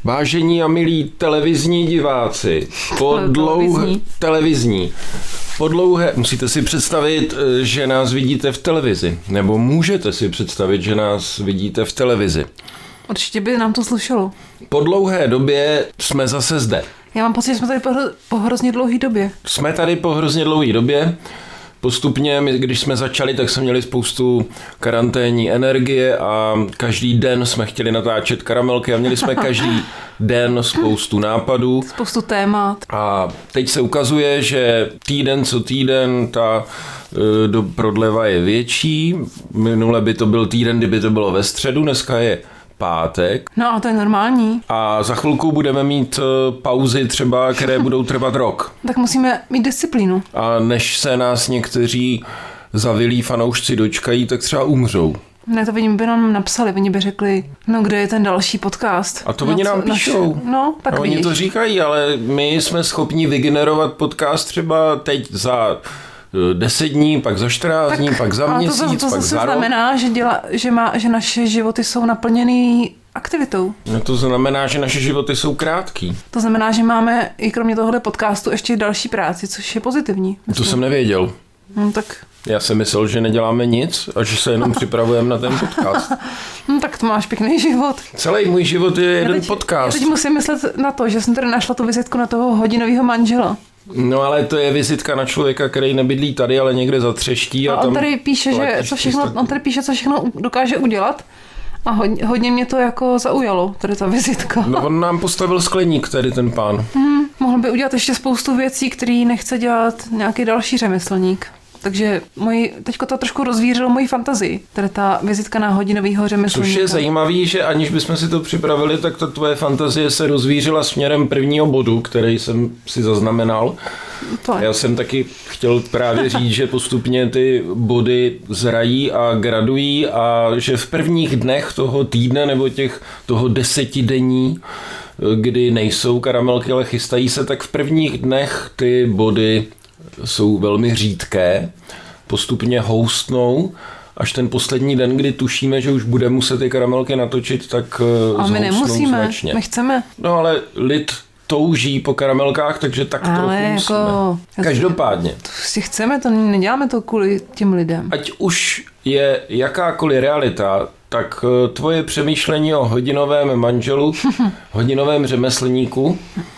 Vážení a milí televizní diváci, po dlouhé, musíte si představit, že nás vidíte v televizi, nebo můžete si představit, že nás vidíte v televizi. Určitě by nám to slušelo. Po dlouhé době jsme zase zde. Já mám pocit, že jsme tady po hrozně dlouhé době. Jsme tady po hrozně dlouhé době. Postupně, když jsme začali, tak jsme měli spoustu karanténní energie a každý den jsme chtěli natáčet karamelky a měli jsme každý den spoustu nápadů. Spoustu témat. A teď se ukazuje, že týden co týden ta prodleva je větší. Minule by to byl týden, kdyby to bylo ve středu, dneska je pátek. No a to je normální. A za chvilku budeme mít pauzy třeba, které budou trvat rok. Tak musíme mít disciplínu. A než se nás někteří zavilí fanoušci dočkají, tak třeba umřou. Ne, to oni by nám napsali, oni by řekli, no kde je ten další podcast. A to oni nám píšou. No, tak oni to říkají, ale my jsme schopni vygenerovat podcast třeba teď za 10 dní, pak za 14 dní, pak za měsíc, to pak za rok. Znamená, že naše životy jsou naplněný aktivitou. No to znamená, že naše životy jsou krátký. To znamená, že máme i kromě tohohle podcastu ještě další práci, což je pozitivní. To jsem nevěděl. No, tak... Já jsem myslel, že neděláme nic a že se jenom připravujeme na ten podcast. No tak to máš pěkný život. Celý můj život je jeden podcast. Já teď musím myslet na to, že jsem tady našla tu vizitku na toho hodinového manžela. No ale to je vizitka na člověka, který nebydlí tady, ale někde za Třeští. A on tady píše, co všechno dokáže udělat. A hodně mě to jako zaujalo, tady ta vizitka. No on nám postavil skleník, tady ten pán. Mohl by udělat ještě spoustu věcí, který nechce dělat nějaký další řemeslník. Takže teďko to trošku rozvířilo moji fantazii. Tady ta vizitka na hodinovýho řemeslníka. Což je zajímavý, že aniž bychom si to připravili, tak ta tvoje fantazie se rozvířila směrem prvního bodu, který jsem si zaznamenal. Já jsem taky chtěl právě říct, že postupně ty body zrají a gradují a že v prvních dnech toho týdne nebo toho 10denní, kdy nejsou karamelky, ale chystají se, tak v prvních dnech ty body jsou velmi řídké, postupně houstnou, až ten poslední den, kdy tušíme, že už bude muset ty karamelky natočit, tak a my nemusíme, značně. My chceme. No ale lid touží po karamelkách, takže tak trochu musíme. Každopádně. To si chceme, to neděláme to kvůli těm lidem. Ať už je jakákoliv realita, tak tvoje přemýšlení o hodinovém manželu, hodinovém řemeslníku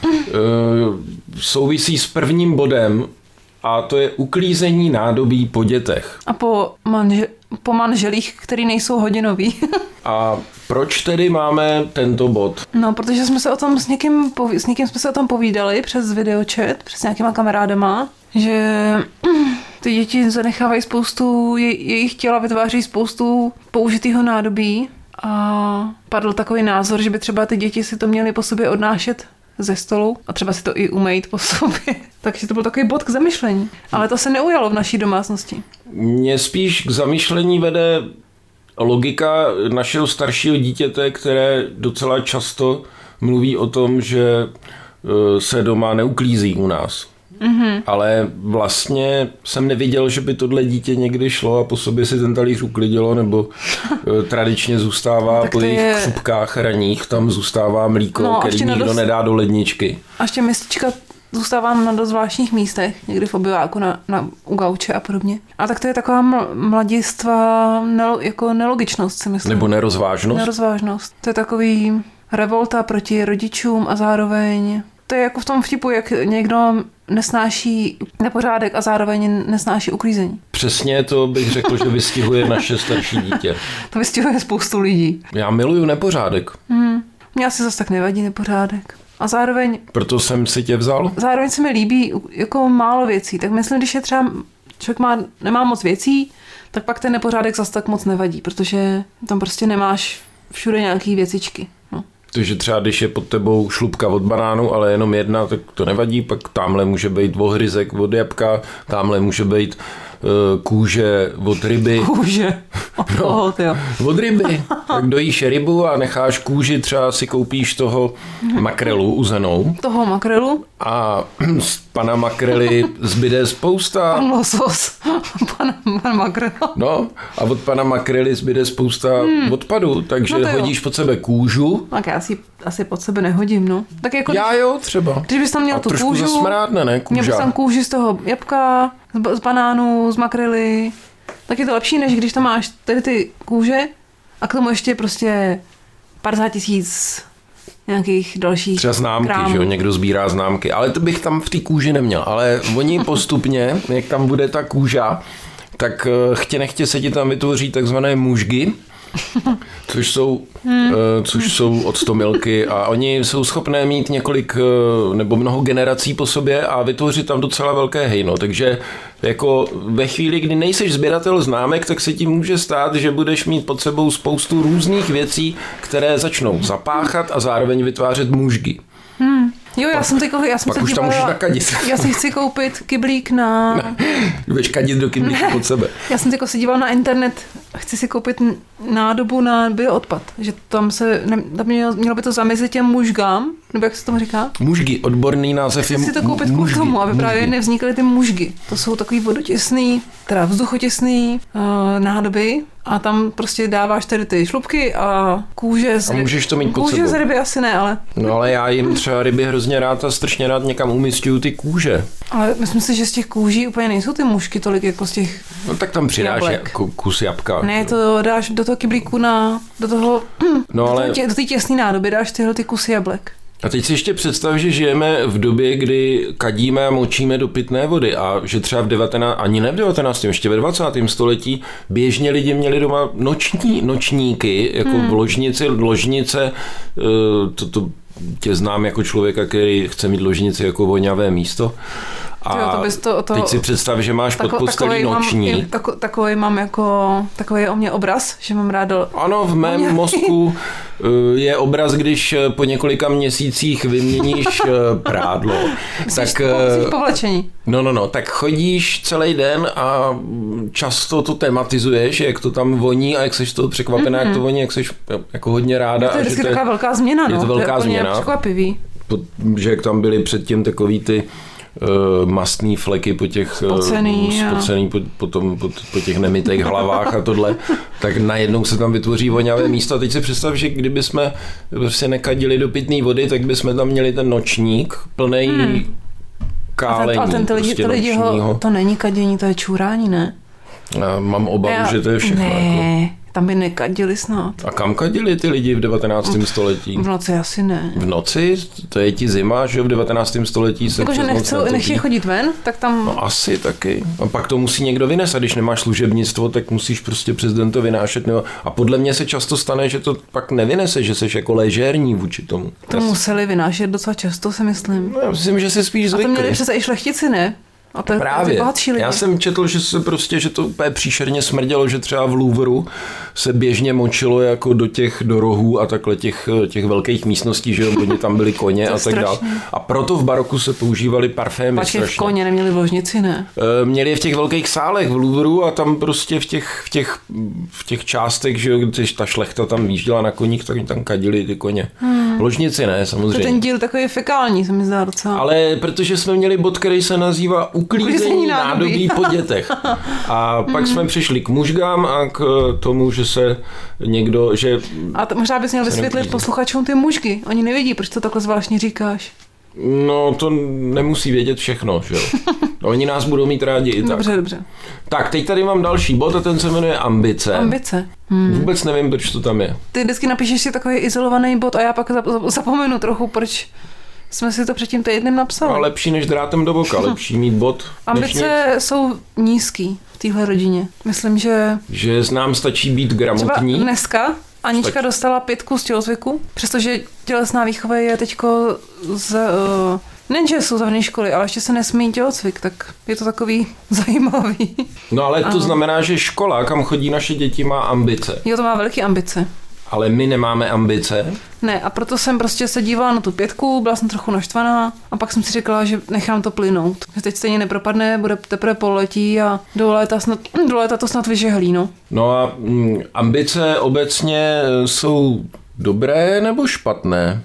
souvisí s prvním bodem, a to je uklízení nádobí po dětech. A po manželích, který nejsou hodinový. A proč tedy máme tento bod? No, protože jsme se o tom s někým jsme se o tom povídali přes videochat, přes nějakýma kamarádama, že ty děti zanechávají spoustu, jejich těla vytváří spoustu použitého nádobí a padl takový názor, že by třeba ty děti si to měly po sobě odnášet ze stolu a třeba si to i umýt po sobě. Takže to byl takový bod k zamyšlení. Ale to se neujalo v naší domácnosti. Mě spíš k zamyšlení vede logika našeho staršího dítěte, které docela často mluví o tom, že se doma neuklízí u nás. Mm-hmm. Ale vlastně jsem neviděl, že by tohle dítě někdy šlo a po sobě si ten talíř uklidilo, nebo tradičně zůstává po jejich křupkách raních, tam zůstává mlíko, který nikdo nedá do ledničky. A ještě mistička zůstává na dost zvláštních místech, někdy v obyváku, u gauče a podobně. A tak to je taková mladistvá jako nelogičnost, si myslím. Nebo nerozvážnost? Nerozvážnost. To je takový revolta proti rodičům a zároveň... To je jako v tom vtipu, jak někdo nesnáší nepořádek a zároveň nesnáší uklízení. Přesně to bych řekl, že vystihuje naše starší dítě. To vystihuje spoustu lidí. Já miluju nepořádek. Mně asi zase tak nevadí nepořádek. A zároveň... Proto jsem si tě vzal? Zároveň se mi líbí jako málo věcí. Tak myslím, když je třeba člověk nemá moc věcí, tak pak ten nepořádek zase tak moc nevadí, protože tam prostě nemáš všude nějaký věcičky. Takže třeba když je pod tebou šlupka od banánu, ale jenom jedna, tak to nevadí, pak tamhle může být ohryzek od jabka, tamhle může být kůže od ryby. Kůže? Od ryby. Tak dojíš rybu a necháš kůži, třeba si koupíš toho makrelu uzenou. Toho makrelu? A z pana makrely zbyde spousta. Pan losos. Pan makrel. No a od pana makrely zbyde spousta odpadu, takže hodíš pod sebe kůžu. Tak já si asi pod sebe nehodím, no. Tak jako já jo, třeba. Když bys tam měl tu kůžu, zasmrádne, ne? Měl bys tam kůži z toho jabka, z banánu, z makrely, tak je to lepší, než když tam máš tady ty kůže a k tomu ještě prostě 50 000 nějakých dalších třeba známky, krámů. Že jo, někdo sbírá známky, ale to bych tam v té kůži neměl, ale oni postupně, jak tam bude ta kůža, tak chtě nechtě se ti tam vytvoří takzvané mužgy, což jsou octomilky a oni jsou schopné mít několik nebo mnoho generací po sobě a vytvořit tam docela velké hejno, takže jako ve chvíli, kdy nejseš sběratel známek, tak se ti může stát, že budeš mít pod sebou spoustu různých věcí, které začnou zapáchat a zároveň vytvářet mužgy. Jo, já jsem pak už tam můžeš nakadit. Já si chci koupit kyblík na... Budeš kadit do kyblíku pod sebe. Já jsem se díval na internet, chci si koupit nádobu na bioodpad, že tam mělo by to zamezit těm mužgám, nebo jak se tomu říká? Mužgy, odborný název je mužgy. Chci si to koupit kvůli tomu, aby právě nevznikaly ty mužgy. To jsou takový vodotěsný, teda vzduchotěsný nádoby a tam prostě dáváš tady ty šlupky a kůže z ryby. A můžeš to mít pod sebou. Kůže z ryby asi ne, ale... No ale já jim třeba ryby hrozně rád a strašně rád někam umisťuju ty kůže. Ale myslím si, že z těch kůží úplně nejsou ty mužky tolik jako z těch... No tak tam přidáš kus jabka. Ne, to dáš do toho kyblíku do té těsné nádoby dáš tyhle ty kusy jablek. A teď si ještě představ, že žijeme v době, kdy kadíme a močíme do pitné vody a že třeba ani ne v 19., ještě ve 20. století běžně lidi měli doma nočníky, jako v ložnice, to tě znám jako člověka, který chce mít ložnici jako voňavé místo. A teď si představ, že máš pod postelí nočník. Takový je o mě obraz, že mám rád. Ano, v mém mozku je obraz, když po několika měsících vyměníš prádlo. Myslíš povlečení. No, tak chodíš celý den a často to tematizuješ, jak to tam voní a jak seš toho překvapená, jak to voní, jak seš jako hodně ráda. To je vždycky taková velká změna, Je to velká změna. Překvapivý. Že jak tam byly předtím takový ty mastný fleky po těch spocený po těch nemitých hlavách a tohle, tak najednou se tam vytvoří voňavé místo a teď si představ, že kdyby jsme prostě nekadili do pitné vody, tak bychom tam měli ten nočník plnej kálení. A ten lidi to není kadění, to je čurání, ne? Já mám obavu, že to je všechno. Ne. Jako. Tam by nekadili snad. A kam kadili ty lidi v 19. století? V noci asi ne. V noci? To je ti zima, že v 19. století se jakože nechtějí chodit ven, tak tam... No asi taky. A pak to musí někdo vynést. A když nemáš služebnictvo, tak musíš prostě přes den to vynášet. A podle mě se často stane, že to pak nevynese, že jsi jako ležérní vůči tomu. To museli vynášet docela často, si myslím. No, já myslím, že si spíš zvykli. A to měli přece i šlechtici, ne? A to právě. Já jsem četl, že to úplně příšerně smrdělo, že třeba v Louvru se běžně močilo jako do rohů a takhle těch velkých místností, že oni tam byli koně a tak dále. A proto v baroku se používaly parfémy. Pačky v koně neměli v ložnici, ne? Měli je v těch velkých sálech v Louvru a tam prostě v těch částech, že když ta šlechta tam výjížděla na koních, tak tam kadili ty koně. Ložnici ne, samozřejmě. To ten díl takový fekální, se mi zdá docela. Ale protože jsme měli bod, který se nazývá uklízení nádobí po dětech. A pak jsme přišli k mužgám a k tomu, že se někdo... A možná bys měl vysvětlit posluchačům ty mužgy. Oni nevědí, proč to takhle zvláštně říkáš. No, to nemusí vědět všechno, že jo. Oni nás budou mít rádi i tak. Dobře. Tak, teď tady mám další bod a ten se jmenuje ambice. Ambice. Vůbec nevím, proč to tam je. Ty vždycky napíšeš si takový izolovaný bod a já pak zapomenu trochu, proč jsme si to předtím jedním napsali. No, lepší než drátem do boka, lepší mít bod. Ambice jsou nízký v téhle rodině. Myslím, že nám stačí být gramotní. Třeba dneska Anička dostala 5 z tělocviku, přestože tělesná výchova je teďko nejenže jsou zavřené školy, ale ještě se nesmí tělocvik, tak je to takový zajímavý. No ale to znamená, že škola, kam chodí naše děti, má ambice. Jo, to má velké ambice. Ale my nemáme ambice. Ne, a proto jsem prostě se dívala na tu 5, byla jsem trochu naštvaná a pak jsem si říkala, že nechám to plynout. Že teď stejně nepropadne, bude teprve pololetí a do léta to snad vyžehlí, no. No a ambice obecně jsou dobré nebo špatné?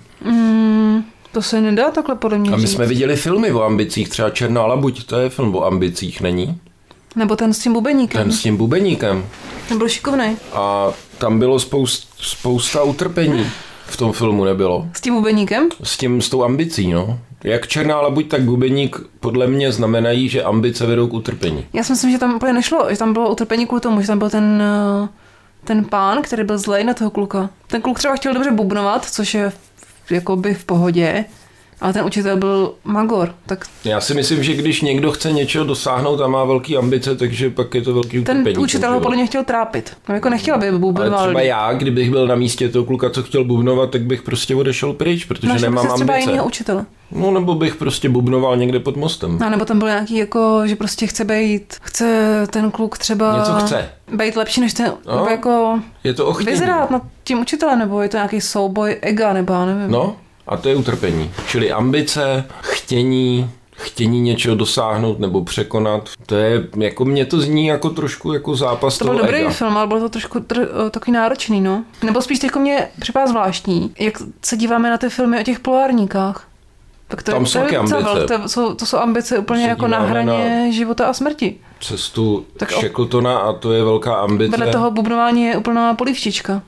To se nedá takhle podle mě říct. A my jsme viděli filmy o ambicích, třeba Černá labuť, to je film o ambicích, není? Nebo ten s tím bubeníkem. Ten byl šikovnej. A tam bylo spousta utrpení. v tom filmu nebylo. S tím bubeníkem? S tou ambicí, no. Jak černá labuť, tak bubeník podle mě znamenají, že ambice vedou k utrpení. Já si myslím, že tam úplně nešlo, že tam bylo utrpení kvůli tomu, že tam byl ten pán, který byl zlej na toho kluka. Ten kluk třeba chtěl dobře bubnovat, což je jakoby v pohodě, ale ten učitel byl magor. Tak... Já si myslím, že když někdo chce něčeho dosáhnout a má velký ambice, takže pak je to velký utrpení. Ten učitel ho podle mě chtěl trápit. On jako nechtěl, aby bubnoval. Ale třeba já, kdybych byl na místě toho kluka, co chtěl bubnovat, tak bych prostě odešel pryč, protože nemám ambice. Třeba jinýho učitele. No nebo bych prostě bubnoval někde pod mostem. A nebo tam byl nějaký jako, že prostě chce ten kluk třeba... Něco chce. Být lepší než ten, nebo jako... Je to ochtění. Vyzrát nad tím učitelem, nebo je to nějaký souboj ega, nebo já nevím. No, a to je utrpení. Čili ambice, chtění něčeho dosáhnout nebo překonat. To je, jako mě to zní jako trošku jako zápas toho ega. To byl dobrý film, ale bylo to trošku takový náročný, no. Nebo spíš jako mě připadá zvláštní, jak se díváme na ty filmy o těch polárníkách. Tak to tam jsou taky ambice. To jsou ambice úplně jako na hraně života a smrti. Cestu Shackletona a to je velká ambice. Vedle toho bubnování je úplná polívčička.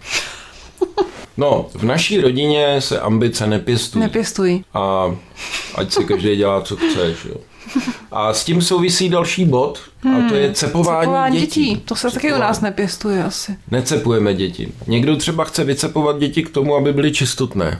No, v naší rodině se ambice nepěstují. A ať si každý dělá, co chce, jo. A s tím souvisí další bod, a to je cepování dětí. To se taky u nás nepěstuje asi. Necepujeme děti. Někdo třeba chce vycepovat děti k tomu, aby byly čistotné.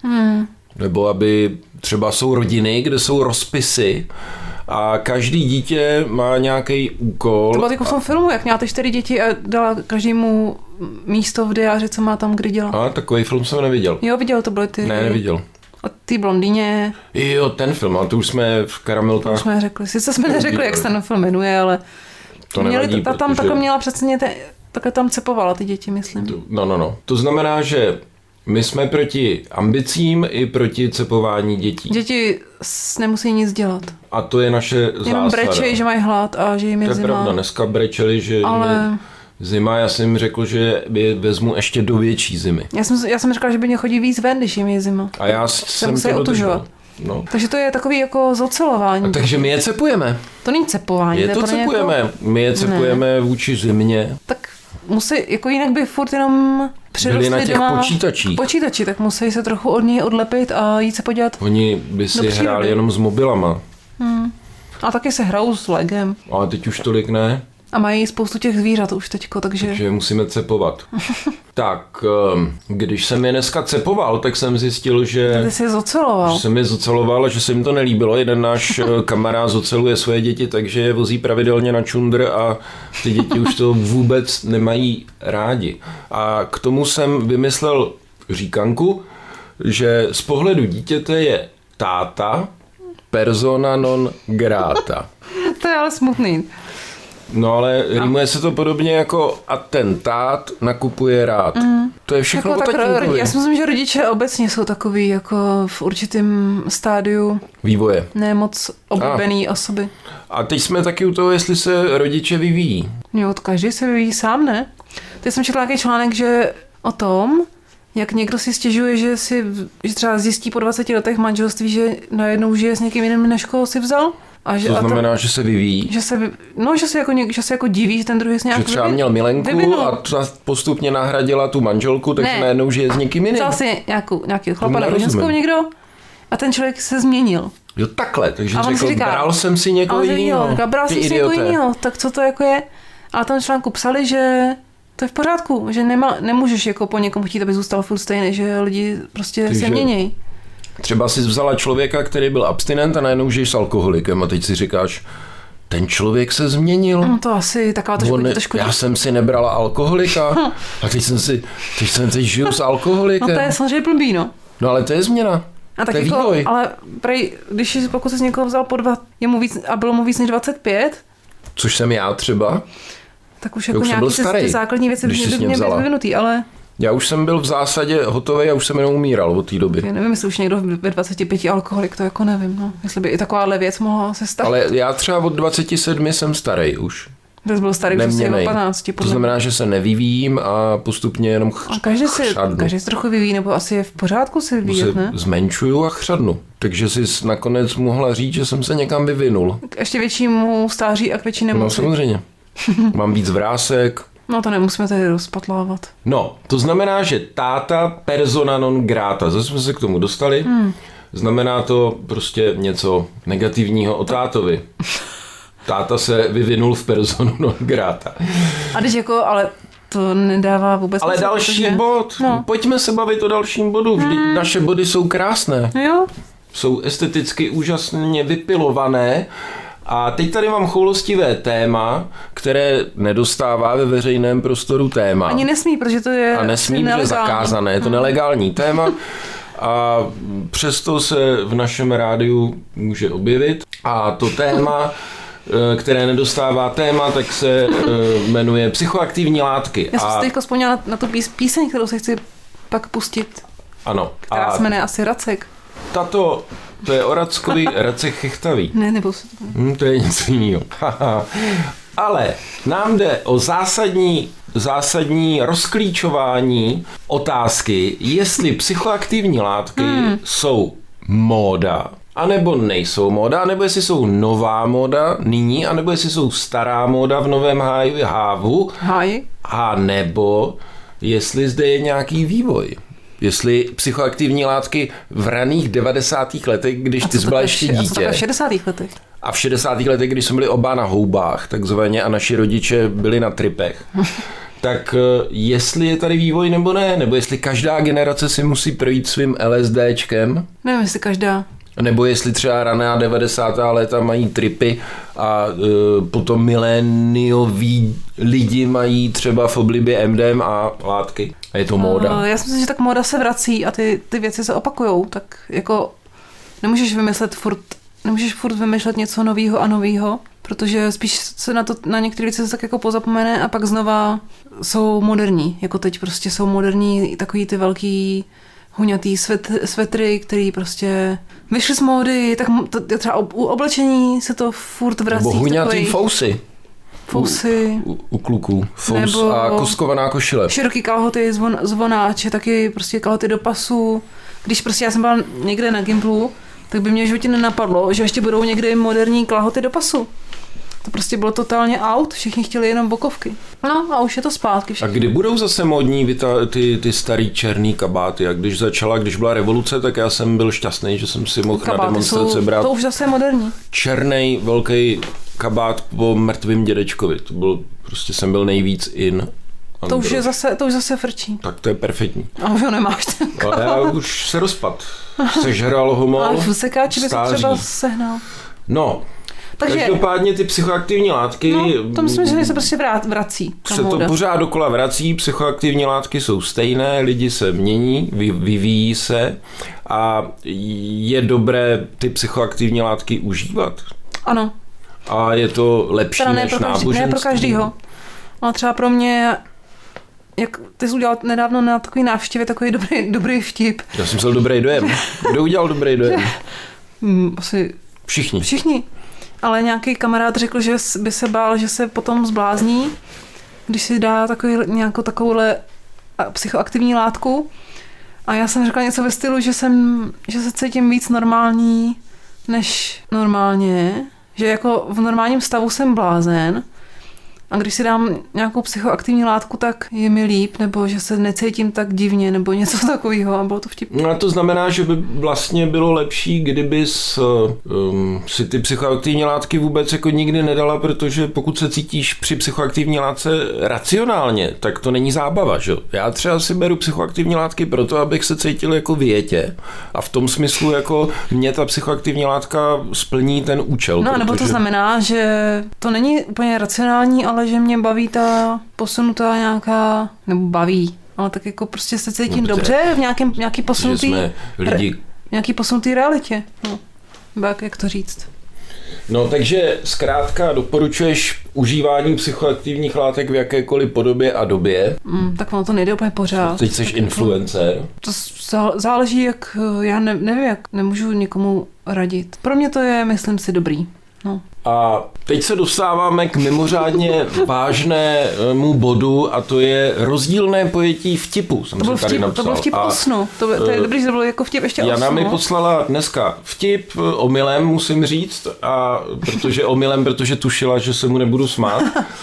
Nebo aby třeba jsou rodiny, kde jsou rozpisy a každý dítě má nějaký úkol. To bylo jako v tom filmu, jak měla ty 4 děti a dala každému místo v diáři, co má tam kdy dělat. A takový film jsem neviděl. Jo, viděl, to byly ty. Ne, neviděl. O té blondýně. Jo, ten film, ale to už jsme v Karamelkách. To už jsme řekli. Sice jsme neřekli, jak se ten film jmenuje, ale to nevadí, tam protože... takhle měla přesně, takhle tam cepovala ty děti, myslím. No. To znamená, že my jsme proti ambicím i proti cepování dětí. Děti nemusí nic dělat. A to je naše zásada. Jenom brečej, že mají hlad a že jim je zima. To je pravda, dneska brečeli, že je zima. Já jsem jim řekl, že je vezmu ještě do větší zimy. Já jsem řekla, že by mě chodí víc ven, když jim je zima. A já jsem to dodržel. No. Takže to je takový jako zocelování. A takže my je cepujeme. To není cepování. Je to cepujeme. Jako... My je cepujeme vůči zimě. Tak musí, jako jinak by furt jenom byli na těch doma počítači, tak musí se trochu od něj odlepit a jít se podívat. Oni by si hráli jenom s mobilama. A taky se hrajou s legem. Ale teď už tolik ne. A mají spoustu těch zvířat už teďko, takže musíme cepovat. Tak, když jsem je dneska cepoval, tak jsem zjistil, že... Ty jsi je zoceloval. Že jsem je zoceloval a že se jim to nelíbilo. Jeden náš kamarád zoceluje svoje děti, takže je vozí pravidelně na čundr a ty děti už to vůbec nemají rádi. A k tomu jsem vymyslel říkanku, že z pohledu dítěte je táta persona non grata. To je ale smutný. No ale rýmuje se to podobně jako atentát nakupuje rád. To je všechno jako o tatínkovi. Já si myslím, že rodiče obecně jsou takový jako v určitém stádiu vývoje. Ne moc oblíbený osoby. A teď jsme taky u toho, jestli se rodiče vyvíjí. Jo, každý se vyvíjí sám, ne? Teď jsem četla nějaký článek, že o tom, jak někdo si stěžuje, že třeba zjistí po 20 letech manželství, že najednou žije s někým jiným, než koho si vzal. To znamená, že se vyvíjí? Že se jako diví, že ten druhý se nějak že třeba měl milenku vyvinul. A postupně nahradila tu manželku, takže najednou žije s někým jiným. Vzal si nějaký chlapa nebo ženskou někdo a ten člověk se změnil. Jo takhle, takže řekl, bral jsem si někoho jiného. Bral jsem si někoho jiného, tak co to jako je? A tam článku psali, že to je v pořádku, že nemůžeš jako po někom chtít, aby zůstal furt stejný, že lidi prostě se měnějí. Třeba jsi vzala člověka, který byl abstinent a najednou žiješ s alkoholikem a teď si říkáš, ten člověk se změnil. No to asi taková trošku. Já jsem si nebrala alkoholika a teď žiju s alkoholikem. No to je samozřejmě blbý, no. No ale to je změna. A tak to je jako, vývoj. Ale pokud jsi někoho vzal bylo mu víc než 25. Což jsem já třeba. Tak už jako nějaký ty základní věci by mě být vyvinutý, ale... Já už jsem byl v zásadě hotový a už jsem jenom umíral od té doby. Já nevím, jestli už někdo ve 25 alkoholik, to jako nevím. No. Jestli by i takováhle věc mohla se stát. Ale já třeba od 27 jsem starý už. To jsi byl starý už od 15. To znamená, že se nevyvíjím a postupně jenom každý se trochu vyvíjí, nebo asi je v pořádku se vyvíjet, ne? Zmenšuju a chřadnu. Takže jsi nakonec mohla říct, že jsem se někam vyvinul. K ještě většímu stáří a k větší nemoci. No samozřejmě. Mám víc vrásek, No to nemusíme tady rozpatlávat. No, to znamená, že táta persona non grata. Zase jsme se k tomu dostali. Znamená to prostě něco negativního o tátovi. Táta se vyvinul v personu non grata. A když jako, ale to nedává vůbec... Ale další bod. No. Pojďme se bavit o dalším bodu. Vždyť naše body jsou krásné. Jo. Jsou esteticky úžasně vypilované. A teď tady mám choulostivé téma, které nedostává ve veřejném prostoru téma. Ani nesmí, protože to je... A nesmí, protože je zakázané. Je to nelegální téma. A přesto se v našem rádiu může objevit. A to téma, které nedostává téma, tak se jmenuje psychoaktivní látky. Já jsem si teď vzpomněla na tu píseň, kterou se chci pak pustit. Ano. Která se jmenuje asi Racek. To je o Rackovi, Racek Chechtavý. Ne, nebo se to... To je něco jiného. Ale nám jde o zásadní rozklíčování otázky, jestli psychoaktivní látky jsou móda, anebo nejsou móda, anebo jestli jsou nová móda nyní, anebo jestli jsou stará móda v novém hávu, a nebo jestli zde je nějaký vývoj. Jestli psychoaktivní látky v raných 90. letech, když ty jsi byla ještě dítě. A v 60. letech. A v 60. letech, když jsme byli oba na houbách, takzvaně, a naši rodiče byli na tripech. Tak jestli je tady vývoj nebo ne, nebo jestli každá generace si musí projít svým LSDčkem. Nevím, jestli každá. Nebo jestli třeba raná 90. léta mají tripy a potom milénioví lidi mají třeba v oblibě MDMA látky. A je to móda. Já si myslím, že tak móda se vrací a ty věci se opakujou. Tak jako nemůžeš furt vymýšlet něco novýho a novýho, protože spíš se na některé věci se tak jako pozapomene a pak znova jsou moderní. Jako teď prostě jsou moderní takový ty velký huňatý svetry, který prostě vyšly z módy, tak třeba u oblečení se to furt vrací. Nebo huňatý fousy. U kluků. Fous nebo a koskovaná košile. Široký kalhoty, zvonáče, taky prostě kalhoty do pasu. Když prostě já jsem byla někde na Gimplu, tak by mě v životě nenapadlo, že ještě budou někdy moderní kalhoty do pasu. To prostě bylo totálně out, všichni chtěli jenom bokovky. No a už je to zpátky. A kdy budou zase modní ty starý černý kabáty? A když byla revoluce, tak já jsem byl šťastný, že jsem si mohl na demonstrace brát. To už zase je moderní. Černý velký kabát po mrtvým dědečkovi. To byl, prostě jsem byl nejvíc in. To už zase frčí. Tak to je perfektní. A už ho nemáš ten kabát. Ale já už se rozpad. Sežral ho mal. Ale v sekáči by se třeba sehnal. No, takže každopádně ty psychoaktivní látky... No, to myslím, že se prostě vrací. Se to pořád dokola vrací, psychoaktivní látky jsou stejné, lidi se mění, vyvíjí se a je dobré ty psychoaktivní látky užívat. Ano. A je to lepší než náboženství. Ne pro každýho. Ale třeba pro mě, jak ty jsi udělal nedávno na takový návštěvě takový dobrý vtip. Já jsem měl dobrý dojem. Kdo udělal dobrý dojem? Asi... Všichni. Ale nějaký kamarád řekl, že by se bál, že se potom zblázní, když si dá nějakou takovouhle psychoaktivní látku. A já jsem řekla něco ve stylu, že se cítím víc normální než normálně. Že jako v normálním stavu jsem blázen. A když si dám nějakou psychoaktivní látku, tak je mi líp, nebo že se necítím tak divně, nebo něco takového, a bylo to vtipné. No a to znamená, že by vlastně bylo lepší, kdyby si ty psychoaktivní látky vůbec jako nikdy nedala, protože pokud se cítíš při psychoaktivní látce racionálně, tak to není zábava, že? Já třeba si beru psychoaktivní látky proto, abych se cítil jako v jetě. A v tom smyslu jako mě ta psychoaktivní látka splní ten účel. No, nebo to znamená, že to není úplně racionální, ale že mě baví ta posunutá nějaká, nebo baví, ale tak jako prostě se cítím dobře v nějaký posunutý realitě. No, jak to říct. No, takže zkrátka doporučuješ užívání psychoaktivních látek v jakékoliv podobě a době. Tak ono to nejde úplně pořád. Teď jsi influencer. To záleží, já nevím, jak nemůžu nikomu radit. Pro mě to je, myslím si, dobrý. No. A teď se dostáváme k mimořádně vážnému bodu a to je rozdílné pojetí vtipu. To byl vtip o snu. To je dobrý, že to bylo jako vtip ještě o snu. Jana mi poslala dneska vtip omylem, musím říct, protože tušila, že se mu nebudu smát.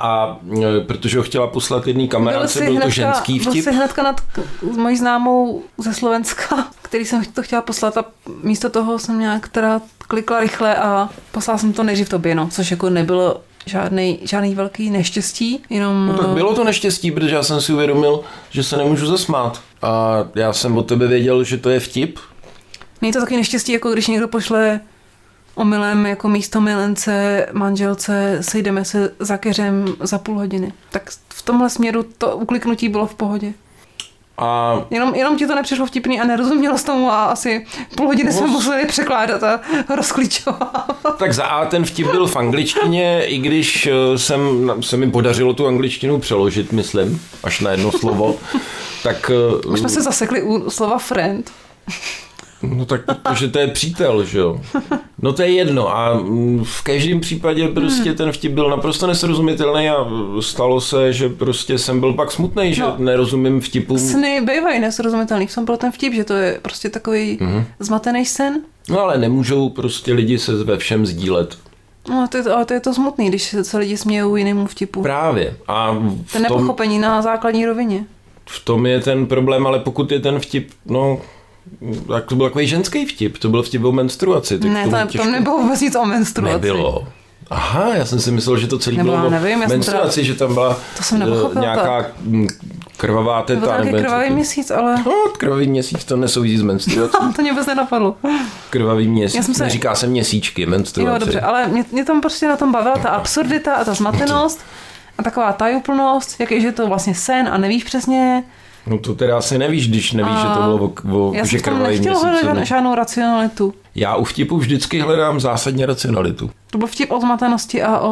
a protože ho chtěla poslat jedný kamarádce, byl to ženský vtip. Byl si hnedka nad mojí známou ze Slovenska, který jsem to chtěla poslat a místo toho jsem nějak teda klikla rychle a poslala jsem to nejdřív tobě, no, což jako nebylo žádný velký neštěstí, jenom... No tak bylo to neštěstí, protože já jsem si uvědomil, že se nemůžu zasmát. A já jsem od tebe věděl, že to je vtip. Není to taky neštěstí, jako když někdo pošle omylem jako místo milence, manželce, sejdeme se za keřem za půl hodiny. Tak v tomhle směru to ukliknutí bylo v pohodě. A... Jenom ti to nepřišlo vtipný a nerozumělo s tomu a asi půl hodiny jsme museli překládat a rozklíčovat. Tak za A ten vtip byl v angličtině, i když se mi podařilo tu angličtinu přeložit, myslím, až na jedno slovo. Tak... Už jsme se zasekli u slova friend. No tak protože to je přítel, že jo. No to je jedno a v každém případě prostě ten vtip byl naprosto nesrozumitelný a stalo se, že prostě jsem byl pak smutnej, že nerozumím vtipům. Sny bývají nesrozumitelný, v tom byl ten vtip, že to je prostě takový zmatený sen. No ale nemůžou prostě lidi se ve všem sdílet. No, ale to je to smutný, když se lidi smějou jinému vtipu. Právě. A ten nepochopení na základní rovině. V tom je ten problém, ale pokud je ten vtip, no... Tak to byl takový ženský vtip, to byl vtip o menstruaci. Tak ne, to nebylo vůbec nic o menstruaci. Nebylo. Aha, já jsem si myslel, že to celý bylo o menstruaci, že tam byla nějaká krvavá teta. To byl taky krvavý měsíc, ale... No, krvavý měsíc to nesouvisí s menstruací. To mě vůbec nenapadlo. Krvavý měsíc, neříká se měsíčky, menstruace. Jo, dobře, ale mě tam prostě na tom bavila ta absurdita a ta zmatenost a taková tajuplnost, jak je, že to vlastně sen a nevíš přesně. No to teda asi nevíš, když nevíš, že to bylo já jsem tam nechtěl hledat žádnou racionalitu. Já u vtipu vždycky hledám zásadně racionalitu. To byl vtip o zmatenosti a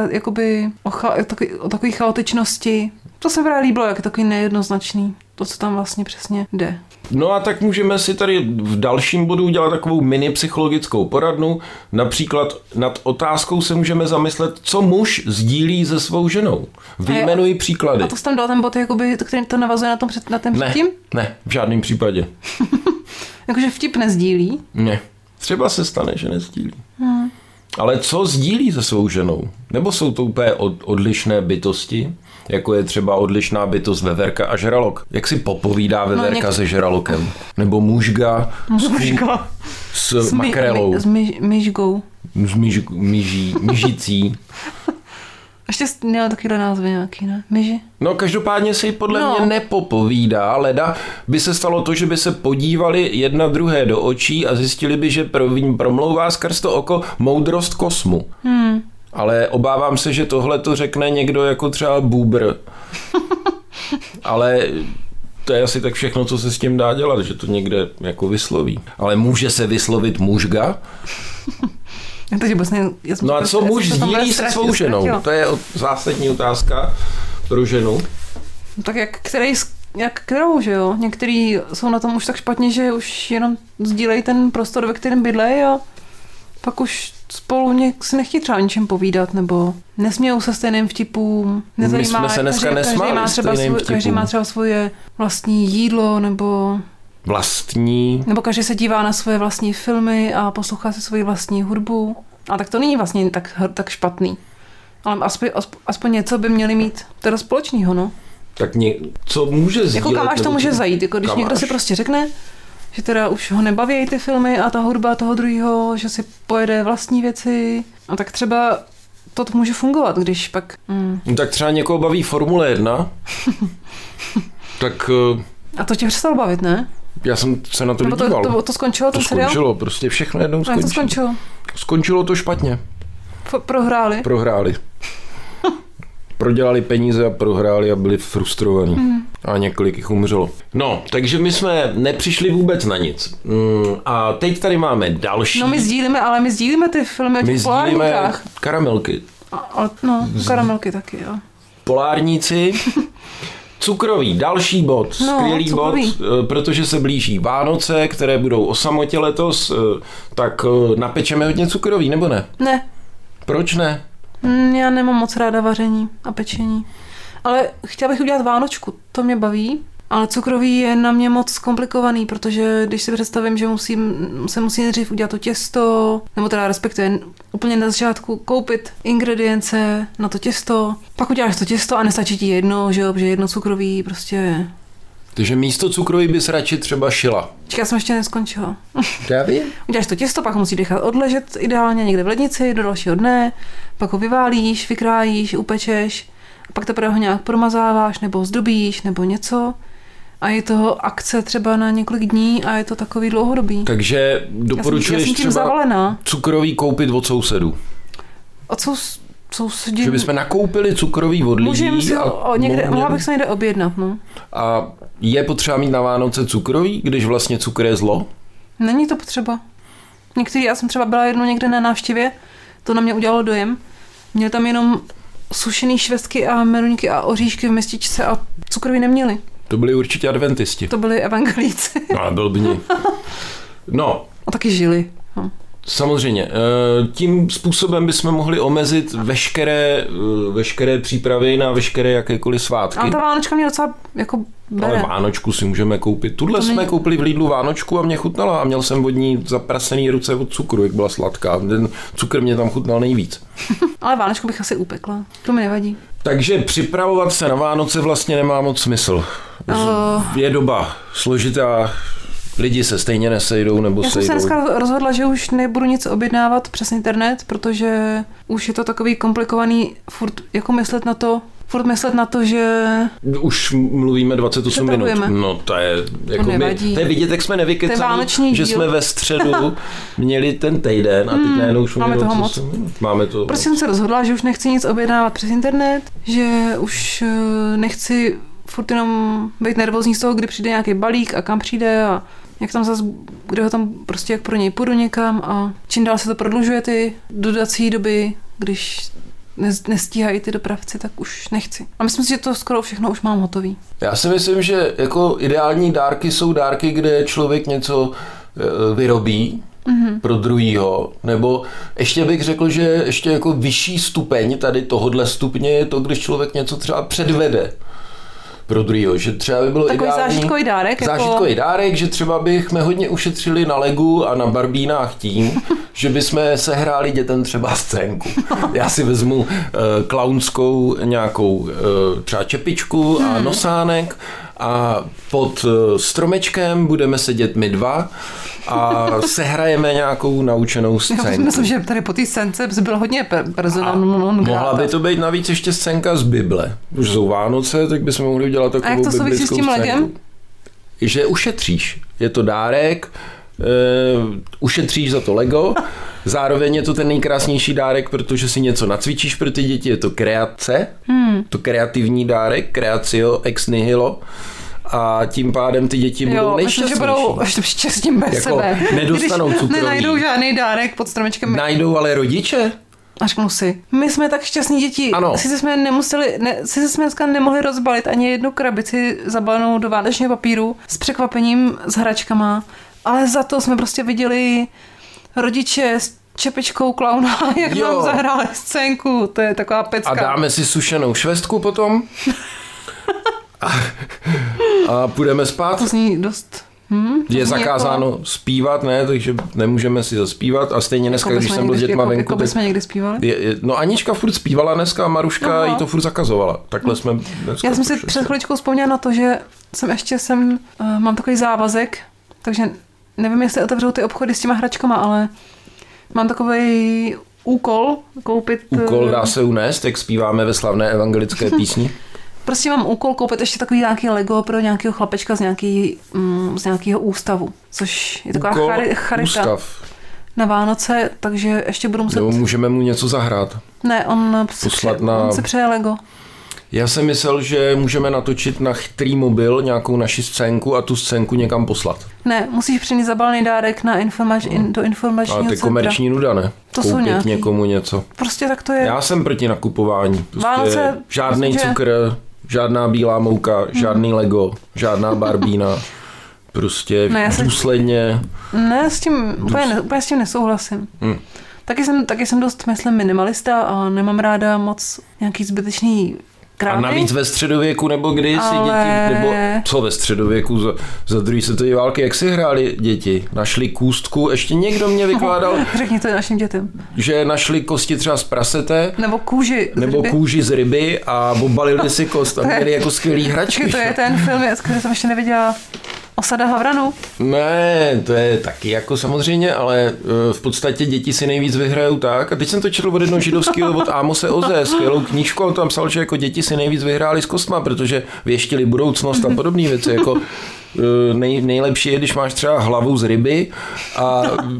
o takové chaotičnosti. To se právě líbilo, jak je takový nejednoznačný. To, co tam vlastně přesně jde. No a tak můžeme si tady v dalším bodu udělat takovou mini psychologickou poradnu. Například nad otázkou se můžeme zamyslet, co muž sdílí se svou ženou. Vyjmenuji příklady. A to jsi tam dal ten bod, jakoby, který to navazuje na ten předtím? Ne, v žádném případě. Jakože vtip nezdílí? Ne. Třeba se stane, že nezdílí. Ale co sdílí se svou ženou? Nebo jsou to úplně odlišné bytosti? Jako je třeba odlišná bytost veverka a žralok. Jak si popovídá veverka se žralokem? Nebo mužga s makrelou. S myžgou. S myžicí. Ještě měla takovýhle názvy nějaký, ne? Myži? No každopádně si podle mě nepopovídá, leda by se stalo to, že by se podívali jedna druhé do očí a zjistili by, že promlouvá skrz to oko moudrost kosmu. Ale obávám se, že tohle to řekne někdo jako třeba Bůbr. Ale to je asi tak všechno, co se s tím dá dělat, že to někde jako vysloví. Ale může se vyslovit mužga? No a co muž sdílí se svou ženou? To je zásadní otázka pro ženu. Tak jak kterou, že jo? Některý jsou na tom už tak špatně, že už jenom sdílejí ten prostor, ve kterém bydlejí a pak už spolu si nechtějí třeba o něčem povídat, nebo nesmějou se stejným vtipům. My jsme se dneska nesmáli stejným vtipům. Každý má třeba svoje vlastní jídlo, nebo... Vlastní... Nebo každý se dívá na svoje vlastní filmy a poslouchá si svoji vlastní hudbu. A tak to není vlastně tak špatný. Ale aspoň něco by měli mít teda společného, no. Tak co může sdílet? Jako kam až to může zajít? Jako když někdo si prostě řekne, že teda už ho nebaví ty filmy a ta hudba toho druhého, že si pojede vlastní věci. A tak třeba to může fungovat, když pak... No tak třeba někoho baví Formule 1. Tak... A to tě přestalo bavit, ne? Já jsem se na to díval. To skončilo, ten seriál? To skončilo, prostě všechno jednou skončilo. Jak to skončilo? Skončilo to špatně. Prohráli. Prodělali peníze a prohráli a byli frustrovaní. A několik jich umřelo. No, takže my jsme nepřišli vůbec na nic. A teď tady máme další. No my sdílíme ty filmy o těch polárníkách. My sdílíme karamelky. Karamelky taky, jo. Polárníci. Cukroví, další bod, skvělý bod, protože se blíží Vánoce, které budou o samotě letos, tak napečeme hodně cukroví, nebo ne? Ne. Proč ne? Já nemám moc ráda vaření a pečení. Ale chtěla bych udělat vánočku, to mě baví. Ale cukroví je na mě moc komplikovaný, protože když si představím, že se musí nejdřív udělat to těsto, nebo teda respektive úplně na začátku koupit ingredience na to těsto, pak uděláš to těsto a nestačí ti jedno, že jedno cukroví prostě... Takže místo cukroví bys radši třeba šila. Já jsem ještě neskončila. Já vím. Uděláš to těsto, pak musíš nechat odležet ideálně někde v lednici do dalšího dne, pak ho vyválíš, vykrájíš, upečeš, a pak teprve ho nějak promazáváš nebo zdobíš nebo něco. A je to akce třeba na několik dní a je to takový dlouhodobý. Takže doporučuješ třeba zavalená. Cukroví koupit od sousedů? Od sousedů? Že bychom nakoupili cukroví od lidí. Mohla bych se někde objednat, no. A je potřeba mít na Vánoce cukroví, když vlastně cukr je zlo? Není to potřeba. Já jsem třeba byla jednou někde na návštěvě, to na mě udělalo dojem. Měli tam jenom sušený švestky a meruňky a oříšky v mističce a cukroví neměli. To byli určitě adventisti. To byli evangelíci. No, blbni. No. A taky žili. No. Samozřejmě. Tím způsobem bychom mohli omezit veškeré přípravy na veškeré jakékoliv svátky. Ale ta vánočka mě docela jako bere. Ale vánočku si můžeme koupit. Tuhle jsme koupili v Lidlu vánočku a mě chutnala a měl jsem od ní zaprasený ruce od cukru, jak byla sladká. Ten cukr mě tam chutnal nejvíc. Ale vánočku bych asi upekla. To mi nevadí. Takže připravovat se na Vánoce vlastně nemá moc smysl. Je doba složitá, lidi se stejně nesejdou nebo sejdou. Já jsem se dneska rozhodla, že už nebudu nic objednávat přes internet, protože už je to takový komplikovaný furt myslet na to, že... Už mluvíme 28 minut. No to je jako to je vidět, jak jsme nevykecali, že jsme ve středu měli ten týden a teď najednou už máme toho moc. Máme to. Prostě jsem se rozhodla, že už nechci nic objednávat přes internet, že už nechci furt jenom být nervózní z toho, kdy přijde nějaký balík a kam přijde a jak tam zase, kde ho tam prostě jak pro něj půjdu někam a čím dál se to prodlužuje ty dodací doby, když nestíhají ty dopravci, tak už nechci. A myslím si, že to skoro všechno už mám hotový. Já si myslím, že jako ideální dárky jsou dárky, kde člověk něco vyrobí pro druhýho, nebo ještě bych řekl, že ještě jako vyšší stupeň tady tohodle stupně je to, když člověk něco třeba předvede pro druhýho, že třeba by bylo takový ideální zážitkový dárek, že třeba bychom hodně ušetřili na Legu a na barbínách tím, že bychom sehráli dětem třeba scénku. Já si vezmu klaunskou nějakou třeba čepičku a nosánek a pod stromečkem budeme sedět my dva a sehrajeme nějakou naučenou scénku. Já myslím, že tady po té scénce by byl hodně persona non grata. Mohla by to být navíc ještě scénka z Bible. Už jsou Vánoce, tak bychom mohli udělat takovou biblickou scénku. A jak to souvisí s tím legem? Že ušetříš. Je to dárek, ušetříš za to Lego, zároveň je to ten nejkrásnější dárek, protože si něco nacvičíš pro ty děti, je to kreace, to kreativní dárek, creatio ex nihilo. A tím pádem ty děti budou nejšťastnější. Že budou šťastní bez sebe. Nedostanou cukroví. Nenajdou žádný dárek pod stromečkem. Najdou ale rodiče. A řeknu si, my jsme tak šťastní děti. Ano. Sice jsme dneska nemohli rozbalit ani jednu krabici zabalenou do vánečního papíru s překvapením s hračkama, ale za to jsme prostě viděli rodiče s čepičkou klauna, jak nám zahráli scénku. To je taková pecka. A dáme si sušenou švestku potom. A půjdeme spát. To zní dost... Je zakázáno zpívat, ne, takže nemůžeme si zaspívat a stejně dneska, když jsem byl s dětma venku... Jako bychom někdy zpívali? No Anička furt zpívala dneska a Maruška jí to furt zakazovala. Takhle jsme dneska... Já jsem si před chviličkou vzpomněla na to, že mám takový závazek, takže nevím, jestli otevřou ty obchody s těma hračkama, ale mám takový úkol koupit... Úkol dá se unést, jak zpíváme ve slavné evangelické písni. Prostě mám úkol koupit ještě takový nějaký Lego pro nějakého chlapečka z nějakého ústavu, což je taková charita ústav. Na Vánoce, takže ještě budu muset... Nebo můžeme mu něco zahrát. Ne, on si přeje Lego. Já jsem myslel, že můžeme natočit na chytrý mobil nějakou naši scénku a tu scénku někam poslat. Ne, musíš přinést zabalený dárek do informačního centra. Ale ty komerční nuda, ne? To koupit jsou nějaký. Někomu něco. Prostě tak to je. Já jsem proti nakupování. Prostě Vánoce, žádný cukr, žádná bílá mouka, žádný Lego, žádná barbína. Prostě důsledně. Ne, úplně s tím nesouhlasím. Taky jsem dost, myslím, minimalista a nemám ráda moc nějaký zbytečný krámy. A navíc ve středověku nebo kdy si děti, nebo co ve středověku za druhé světové války, jak si hráli děti? Našli kůstku, ještě někdo mě vykládal. Řekni to našim dětem. Že našli kosti třeba z prasete. Nebo kůži z ryby a obalili si kost a měli jako skvělý hračky. To je ten film, který jsem ještě neviděla. Osada Havranu? Ne, to je taky jako samozřejmě, ale v podstatě děti si nejvíc vyhrajou tak. A teď jsem to četl od jednoho židovského od Amose Oze, skvělou knížku, on tam psal, že jako děti si nejvíc vyhráli s kostma, protože věštili budoucnost a podobné věci, jako nejlepší je, když máš třeba hlavu z ryby a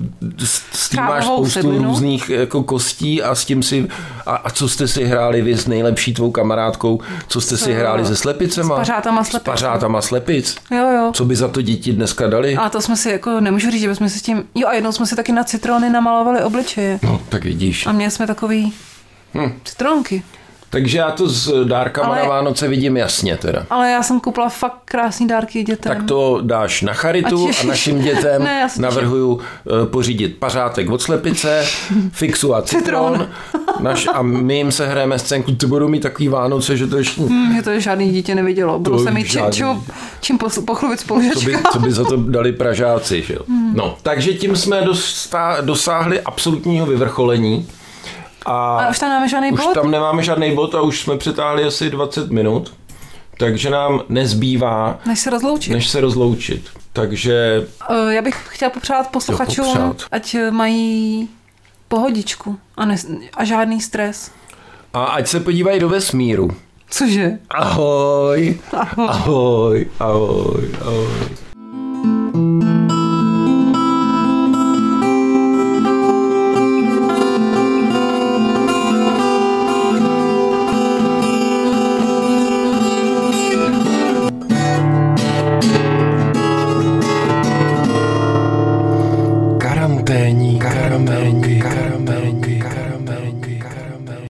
s tím máš spoustu různých jako kostí a s tím si a co jste si hráli vy s nejlepší tvou kamarádkou, co jste si hráli se slepicema? S pařátama slepic. Jo. Co by za to děti dneska dali? A to jsme si jako, nemůžu říct, že bychom si s tím, a jednou jsme si taky na citrony namalovali obličeje. No, tak vidíš. A měli jsme takový citronky. Takže já to s dárkama na Vánoce vidím jasně teda. Ale já jsem koupila fakt krásný dárky dětem. Tak to dáš na charitu a našim dětem navrhuju pořídit pařátek od slepice, fixu a citron. A my jim se hrajeme scénku, ty budou mít takový Vánoce, že to ještě... Že to žádný dítě nevidělo. Budou se mít čím pochlubit spolužačka. Co by za to dali Pražáci, že jo. No, takže tím jsme dosáhli absolutního vyvrcholení. A už tam nemáme žádný bod? Už tam nemáme žádný bod a už jsme přetáhli asi 20 minut, takže nám nezbývá než se rozloučit. Takže... Já bych chtěla popřát posluchačům, ať mají pohodičku a žádný stres. A ať se podívají do vesmíru. Cože? Ahoj. Ahoj. Ahoj. Ahoj. Karamelky.